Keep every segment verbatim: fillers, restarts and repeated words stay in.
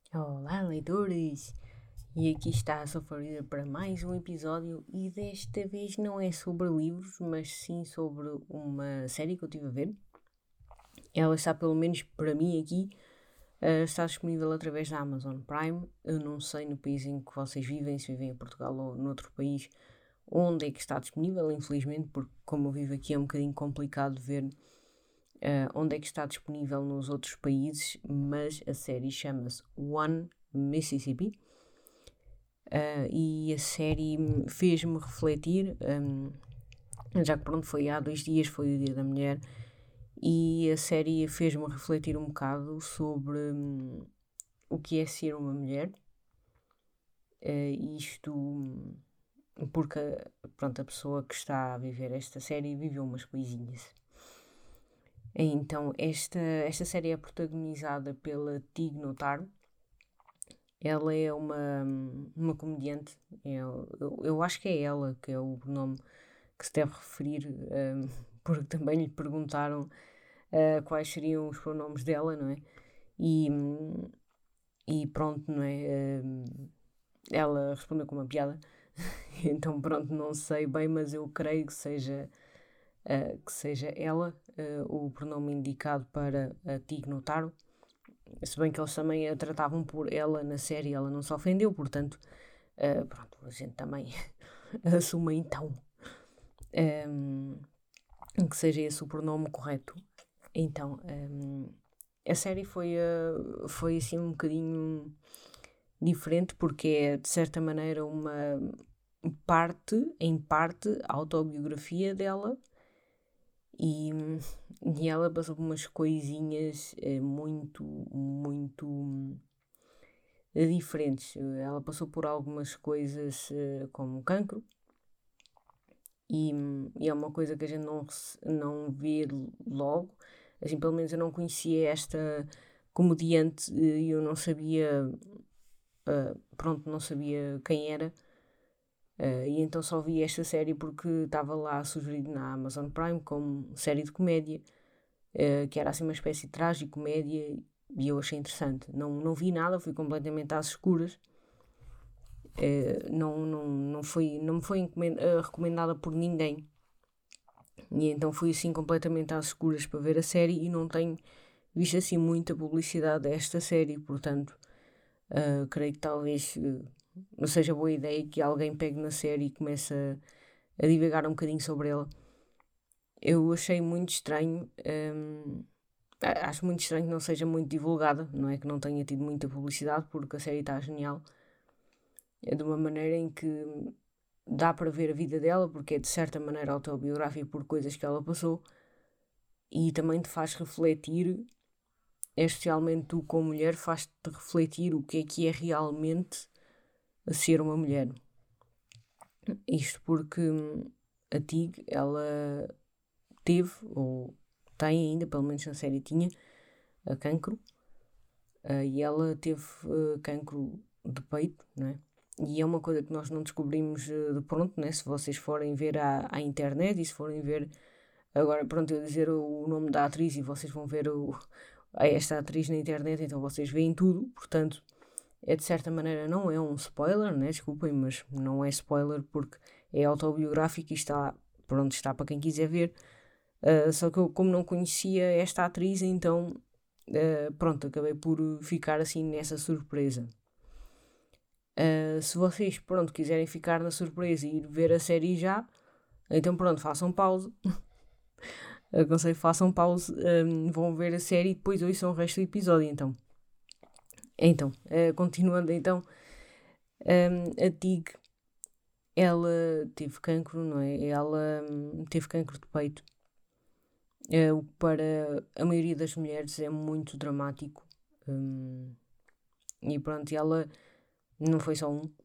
Olá, leitores! E aqui está a Safarida para mais um episódio e desta vez não é sobre livros, mas sim sobre uma série que eu estive a ver. Ela está, pelo menos para mim aqui, uh, está disponível através da Amazon Prime. Eu não sei no país em que vocês vivem, se vivem em Portugal ou noutro país, onde é que está disponível, infelizmente, porque como eu vivo aqui é um bocadinho complicado ver uh, onde é que está disponível nos outros países, mas a série chama-se One Mississippi. Uh, e a série fez-me refletir, um, já que pronto, foi há dois dias, foi o Dia da Mulher, e a série fez-me refletir um bocado sobre um, o que é ser uma mulher. Uh, isto porque pronto, a pessoa que está a viver esta série viveu umas coisinhas. Então, esta, esta série é protagonizada pela Tig Notaro. Ela é uma, uma comediante, é, eu, eu acho que é ela que é o nome que se deve referir, um, porque também lhe perguntaram uh, quais seriam os pronomes dela, não é? E, e pronto, não é? Um, ela respondeu com uma piada, então pronto, não sei bem, mas eu creio que seja, uh, que seja ela uh, o pronome indicado para a Tig Notaro. Se bem que eles também a tratavam por ela na série, ela não se ofendeu, portanto, uh, pronto, a gente também assume então um, que seja esse o pronome correto. Então, um, a série foi, uh, foi assim um bocadinho diferente porque é de certa maneira uma parte, em parte, autobiografia dela e, e ela passou por umas coisinhas uh, muito, muito uh, diferentes. Ela passou por algumas coisas uh, como cancro. E, e é uma coisa que a gente não, não vê logo. Assim, pelo menos eu não conhecia esta comediante e eu não sabia, uh, pronto, não sabia quem era. Uh, e então só vi esta série porque estava lá sugerido na Amazon Prime como série de comédia, uh, que era assim uma espécie de tragicomédia e eu achei interessante. Não, não vi nada, fui completamente às escuras. Uh, não, não, não, foi, não me foi uh, recomendada por ninguém. E então fui assim completamente às escuras para ver a série e não tenho visto assim muita publicidade desta série, portanto uh, creio que talvez uh, não seja boa ideia que alguém pegue na série e comece a, a divagar um bocadinho sobre ela. Eu achei muito estranho, um, acho muito estranho que não seja muito divulgada, não é que não tenha tido muita publicidade, porque a série está genial. É de uma maneira em que dá para ver a vida dela, porque é de certa maneira autobiográfica por coisas que ela passou, e também te faz refletir, especialmente tu como mulher, faz-te refletir o que é que é realmente ser uma mulher. Isto porque a Tig, ela teve, ou tem ainda, pelo menos na série tinha, a cancro, uh, e ela teve uh, cancro de peito, não é? E é uma coisa que nós não descobrimos uh, de pronto, né? Se vocês forem ver à, à internet e se forem ver, agora pronto, eu dizer o nome da atriz e vocês vão ver o, a esta atriz na internet, então vocês veem tudo, portanto, é de certa maneira não é um spoiler, né? Desculpem, mas não é spoiler porque é autobiográfico e está, pronto, está para quem quiser ver. Uh, só que eu, como não conhecia esta atriz, então, uh, pronto, acabei por ficar assim nessa surpresa. Uh, se vocês, pronto, quiserem ficar na surpresa e ir ver a série já, então pronto, façam pausa. Aconselho, façam pausa, um, vão ver a série e depois ouçam o resto do episódio, então. Então, uh, continuando então, um, a Tig, ela teve cancro, não é? Ela um, teve cancro de peito, uh, o que para a maioria das mulheres é muito dramático. Um, e pronto, ela não foi só um.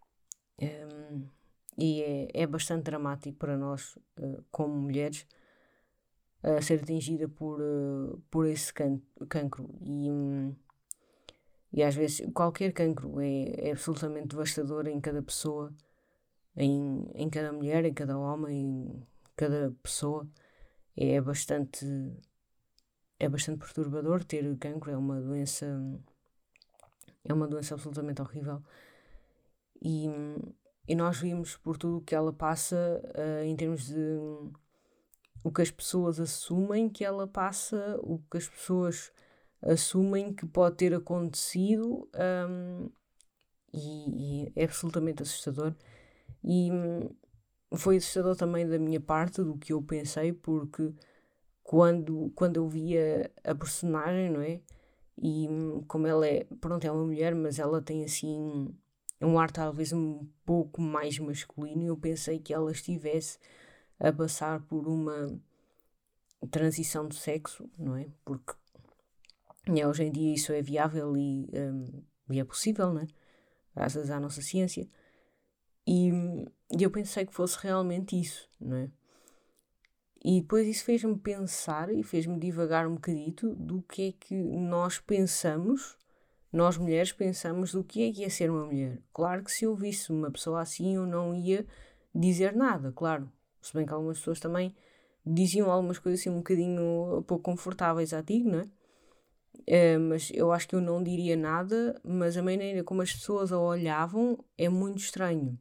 um e é, é bastante dramático para nós, uh, como mulheres, a ser atingida por, uh, por esse can cancro. E, um, e às vezes qualquer cancro é, é absolutamente devastador em cada pessoa, em, em cada mulher, em cada homem, em cada pessoa. É bastante, é bastante perturbador ter cancro, é uma doença É uma doença absolutamente horrível. E, e nós vimos por tudo o que ela passa, uh, em termos de um, o que as pessoas assumem que ela passa, o que as pessoas assumem que pode ter acontecido, um, e, e é absolutamente assustador. E hum, foi assustador também da minha parte, do que eu pensei, porque quando, quando eu via a personagem, não é? E hum, como ela é, pronto, é uma mulher, mas ela tem assim um ar talvez um pouco mais masculino, eu pensei que ela estivesse a passar por uma transição de sexo, não é? Porque é, hoje em dia isso é viável e, hum, e é possível, não é? Graças à nossa ciência. E, e eu pensei que fosse realmente isso, não é? E depois isso fez-me pensar e fez-me divagar um bocadito do que é que nós pensamos, nós mulheres pensamos do que é que é ser uma mulher. Claro que se eu visse uma pessoa assim eu não ia dizer nada, claro. Se bem que algumas pessoas também diziam algumas coisas assim um bocadinho pouco confortáveis a ti, não é? Eh, mas eu acho que eu não diria nada, mas a maneira como as pessoas a olhavam é muito estranho.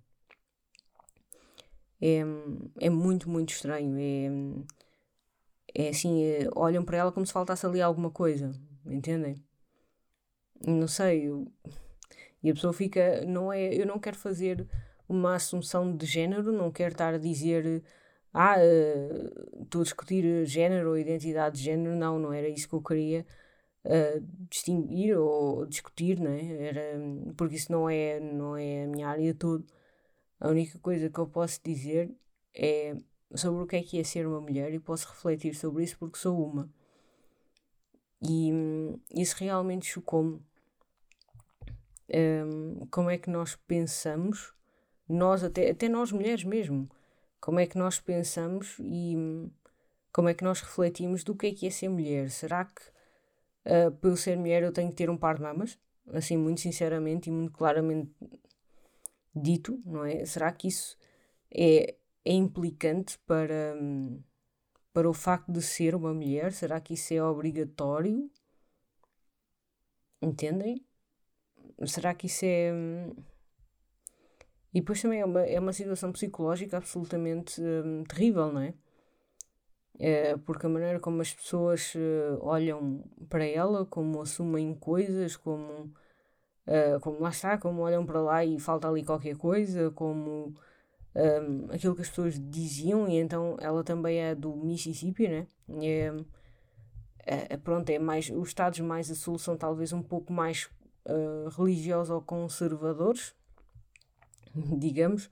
É, é muito, muito estranho. É, é assim, é, olham para ela como se faltasse ali alguma coisa, entendem? Não sei, eu- e a pessoa fica, não é, eu não quero fazer uma assunção de género, não quero estar a dizer, ah, eh, estou a discutir género ou identidade de género, não, não era isso que eu queria eh, distinguir ou discutir, né? Era, porque isso não é, não é a minha área toda. A única coisa que eu posso dizer é sobre o que é que é ser uma mulher e posso refletir sobre isso porque sou uma. E hum, isso realmente chocou-me. Hum, como é que nós pensamos, nós até, até nós mulheres mesmo, como é que nós pensamos e hum, como é que nós refletimos do que é que é ser mulher? Será que uh, pelo ser mulher eu tenho que ter um par de mamas? Assim, muito sinceramente e muito claramente dito, não é? Será que isso é, é implicante para, hum, para o facto de ser uma mulher? Será que isso é obrigatório? Entendem? Será que isso é. hum, E depois também é uma, é uma situação psicológica absolutamente hum, terrível, não é? É, porque a maneira como as pessoas eh, olham para ela, como assumem coisas, como, eh, como lá está, como olham para lá e falta ali qualquer coisa, como hum, aquilo que as pessoas diziam, e então ela também é do Mississippi, né? É, é, pronto, é mais, os estados mais a sul são talvez um pouco mais uh, religiosos ou conservadores, digamos.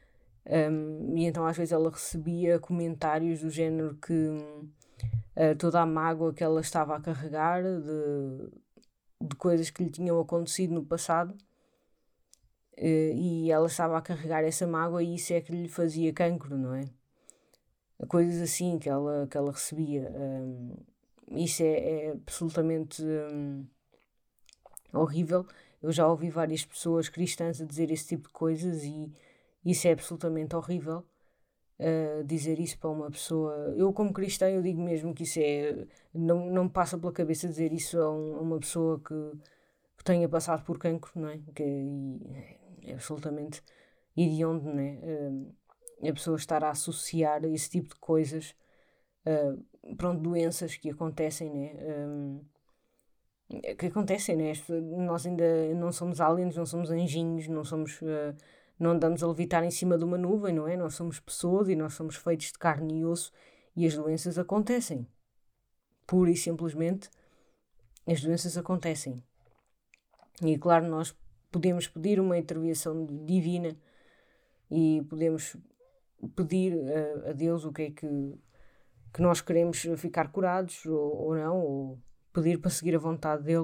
Um, e então às vezes ela recebia comentários do género que uh, toda a mágoa que ela estava a carregar de, de coisas que lhe tinham acontecido no passado, uh, e ela estava a carregar essa mágoa e isso é que lhe fazia cancro, não é? Coisas assim que ela, que ela recebia. Um, isso é, é absolutamente um, horrível. Eu já ouvi várias pessoas cristãs a dizer esse tipo de coisas e isso é absolutamente horrível. Uh, dizer isso para uma pessoa. Eu, como cristã, eu digo mesmo que isso é. Não, não me passa pela cabeça dizer isso a, um- a uma pessoa que, que tenha passado por cancro, não é? Que é absolutamente hediondo, não é? Uh, a pessoa estar a associar esse tipo de coisas, uh, pronto, doenças que acontecem, né? Um, que acontecem, né? Nós ainda não somos aliens, não somos anjinhos, não somos. Uh, não andamos a levitar em cima de uma nuvem, não é? Nós somos pessoas e nós somos feitos de carne e osso e as doenças acontecem. Pura e simplesmente, as doenças acontecem. E claro, nós podemos pedir uma intervenção divina e podemos pedir a, a Deus o que é que, que nós queremos ficar curados ou, ou não, ou pedir para seguir a vontade dele.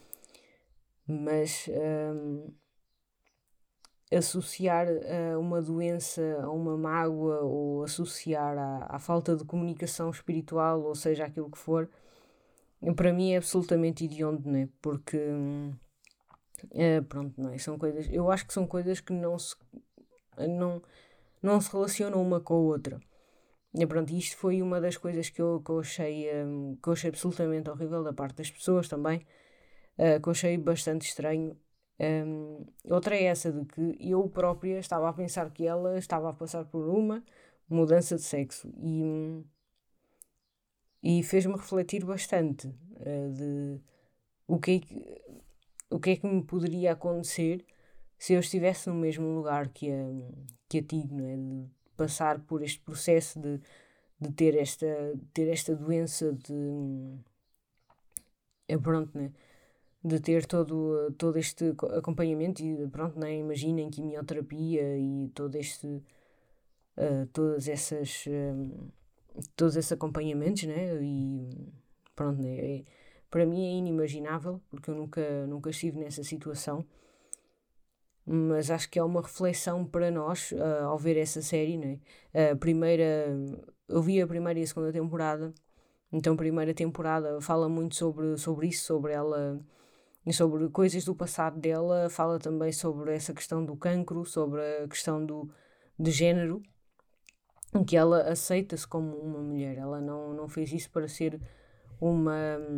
Mas hum, associar uh, uma doença a uma mágoa ou associar à, à falta de comunicação espiritual, ou seja, aquilo que for, para mim é absolutamente hediondo, né? Porque, uh, pronto, não é? São coisas, eu acho que são coisas que não se, não, não se relacionam uma com a outra. E pronto, isto foi uma das coisas que eu, que eu achei um, que eu achei absolutamente horrível da parte das pessoas também, uh, que eu achei bastante estranho Um, outra é essa de que eu própria estava a pensar que ela estava a passar por uma mudança de sexo e, e fez-me refletir bastante uh, de o que, é que, o que é que me poderia acontecer se eu estivesse no mesmo lugar que a, que a Tig, não é? De passar por este processo de, de ter, esta, ter esta doença de. É pronto, né? De ter todo, todo este acompanhamento e pronto, né? Imaginem quimioterapia e todo este, uh, todas essas, um, todos esses acompanhamentos, né? E pronto, né? É, para mim é inimaginável, porque eu nunca, nunca estive nessa situação, mas acho que é uma reflexão para nós uh, ao ver essa série, né? A primeira, eu vi a primeira e a segunda temporada, então a primeira temporada fala muito sobre, sobre isso, sobre ela e sobre coisas do passado dela, fala também sobre essa questão do cancro, sobre a questão do, de género, em que ela aceita-se como uma mulher, ela não, não fez isso para ser uma.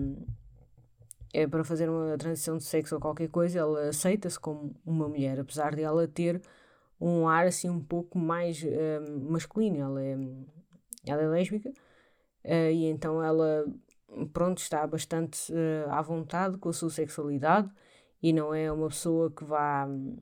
É para fazer uma transição de sexo ou qualquer coisa, ela aceita-se como uma mulher, apesar de ela ter um ar assim um pouco mais uh, masculino, ela é, ela é lésbica, uh, e então ela, pronto, está bastante uh, à vontade com a sua sexualidade e não é uma pessoa que vá, uh,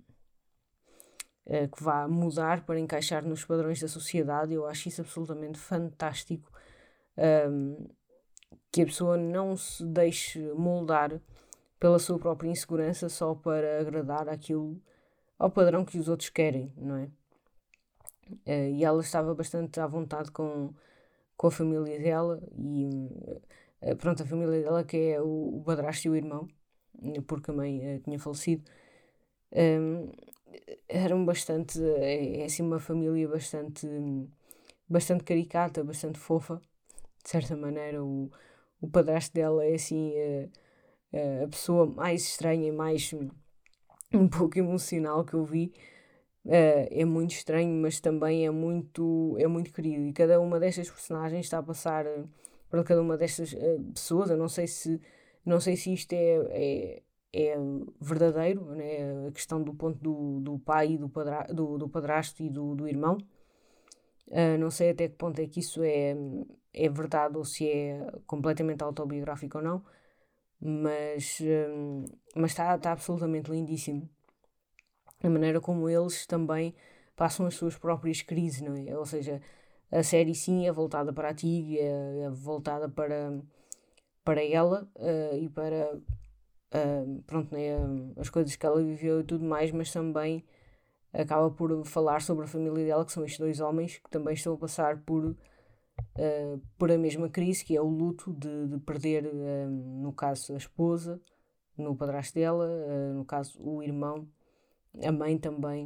que vá mudar para encaixar nos padrões da sociedade. Eu acho isso absolutamente fantástico, um, que a pessoa não se deixe moldar pela sua própria insegurança só para agradar aquilo ao padrão que os outros querem, não é? Uh, e ela estava bastante à vontade com, com a família dela e uh, pronto, a família dela que é o, o padrasto e o irmão, porque a mãe uh, tinha falecido, um, eram bastante, é, é assim uma família bastante, bastante caricata, bastante fofa, de certa maneira. O, o padrasto dela é assim uh, uh, a pessoa mais estranha e mais um pouco emocional que eu vi. Uh, é muito estranho, mas também é muito, é muito querido. E cada uma destas personagens está a passar uh, para cada uma destas uh, pessoas. Eu não sei se, não sei se isto é, é, é verdadeiro, né? A questão do ponto do, do pai, do, padra, do, do padrasto e do, do irmão. Uh, não sei até que ponto é que isso é, é verdade ou se é completamente autobiográfico ou não, mas, um, mas está, está absolutamente lindíssimo. A maneira como eles também passam as suas próprias crises, não é? Ou seja, a série sim é voltada para a Tig, é, é voltada para, para ela uh, e para uh, pronto, né, as coisas que ela viveu e tudo mais, mas também acaba por falar sobre a família dela, que são estes dois homens que também estão a passar por, uh, por a mesma crise, que é o luto de, de perder, uh, no caso, a esposa, no padrasto dela, uh, no caso, o irmão, a mãe também,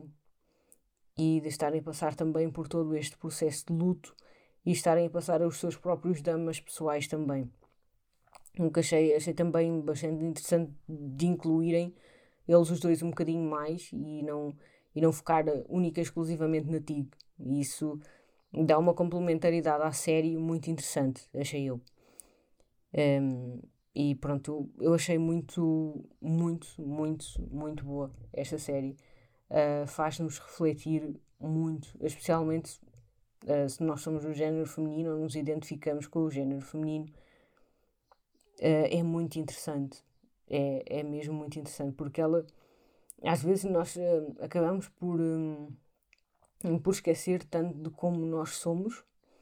e de estarem a passar também por todo este processo de luto e estarem a passar os seus próprios dramas pessoais também. Nunca achei, achei também bastante interessante de incluírem eles os dois um bocadinho mais e não, e não focar única e exclusivamente na Tig. E isso dá uma complementaridade à série muito interessante, achei eu. Um, e pronto, eu achei muito, muito, muito, muito boa esta série. Uh, faz-nos refletir muito, especialmente uh, se nós somos do género feminino ou nos identificamos com o género feminino. Uh, é muito interessante, é, é mesmo muito interessante, porque ela, às vezes nós uh, acabamos por, um, por esquecer tanto de como nós somos,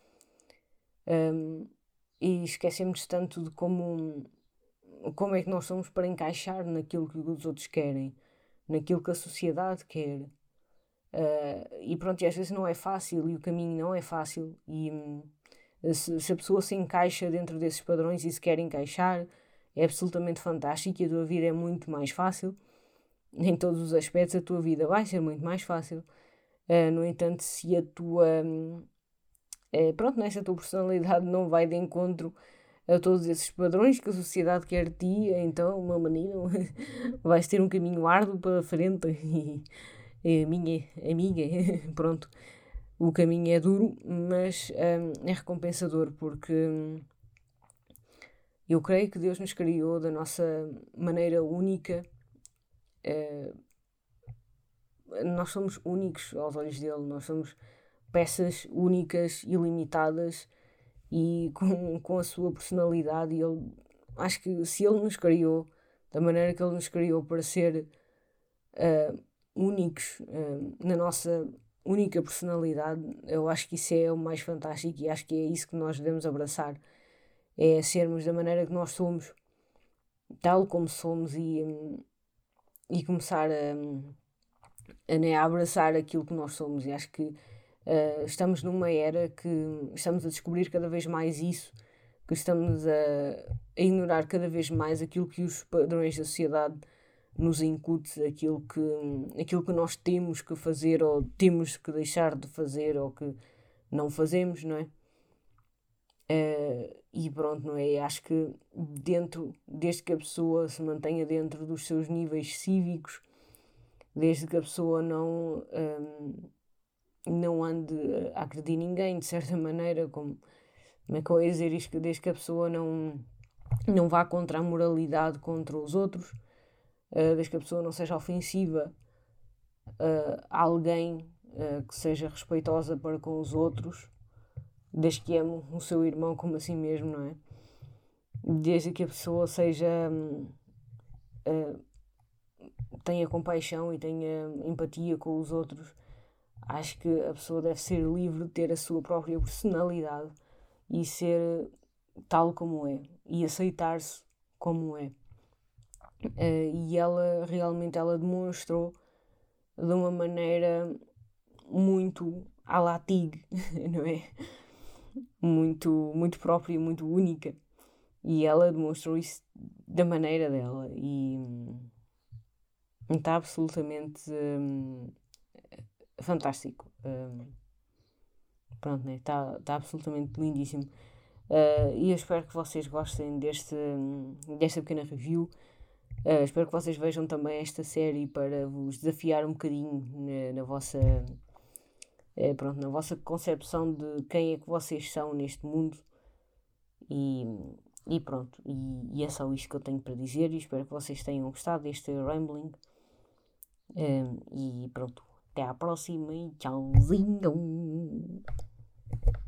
um, e esquecemos tanto de como, como é que nós somos para encaixar naquilo que os outros querem, naquilo que a sociedade quer. Uh, e pronto, e às vezes não é fácil e o caminho não é fácil e hum, se, se a pessoa se encaixa dentro desses padrões e se quer encaixar, é absolutamente fantástico e a tua vida é muito mais fácil. Em todos os aspectos a tua vida vai ser muito mais fácil. Uh, no entanto, se a tua hum, é, pronto, nessa tua personalidade não vai de encontro a todos esses padrões que a sociedade quer de ti, então, uma menina, vais ter um caminho árduo pela frente e a minha amiga, pronto, o caminho é duro, mas hum, é recompensador porque hum, eu creio que Deus nos criou da nossa maneira única uh, nós somos únicos aos olhos dele, nós somos peças únicas, ilimitadas e com, com a sua personalidade. E ele, acho que se ele nos criou da maneira que ele nos criou para ser uh, únicos uh, na nossa única personalidade, eu acho que isso é o mais fantástico e acho que é isso que nós devemos abraçar, é sermos da maneira que nós somos, tal como somos, e, um, e começar a, a, né, a abraçar aquilo que nós somos. E acho que uh, estamos numa era que estamos a descobrir cada vez mais isso, que estamos a, a ignorar cada vez mais aquilo que os padrões da sociedade nos incute, aquilo que, aquilo que nós temos que fazer ou temos que deixar de fazer ou que não fazemos, não é? Uh, e pronto, não é? Acho que dentro, desde que a pessoa se mantenha dentro dos seus níveis cívicos, desde que a pessoa não, um, não ande a agredir ninguém de certa maneira, como, como é que eu ia dizer isto? Desde que a pessoa não, não vá contra a moralidade, contra os outros, uh, desde que a pessoa não seja ofensiva uh, a alguém, uh, que seja respeitosa para com os outros, desde que ame o seu irmão como a si mesmo, não é? Desde que a pessoa seja uh, tenha compaixão e tenha empatia com os outros, acho que a pessoa deve ser livre de ter a sua própria personalidade e ser tal como é e aceitar-se como é. Uh, e ela realmente ela demonstrou de uma maneira muito à la Tig, não é? Muito, muito própria, muito única. E ela demonstrou isso da maneira dela. E está absolutamente hum, fantástico. Hum, pronto, né? Está tá absolutamente lindíssimo. Uh, e eu espero que vocês gostem deste, desta pequena review. Uh, espero que vocês vejam também esta série para vos desafiar um bocadinho na, na vossa... É, pronto, na vossa concepção de quem é que vocês são neste mundo. E, e pronto, e, e é só isto que eu tenho para dizer, e espero que vocês tenham gostado deste rambling. Um, e pronto, até à próxima e tchauzinho.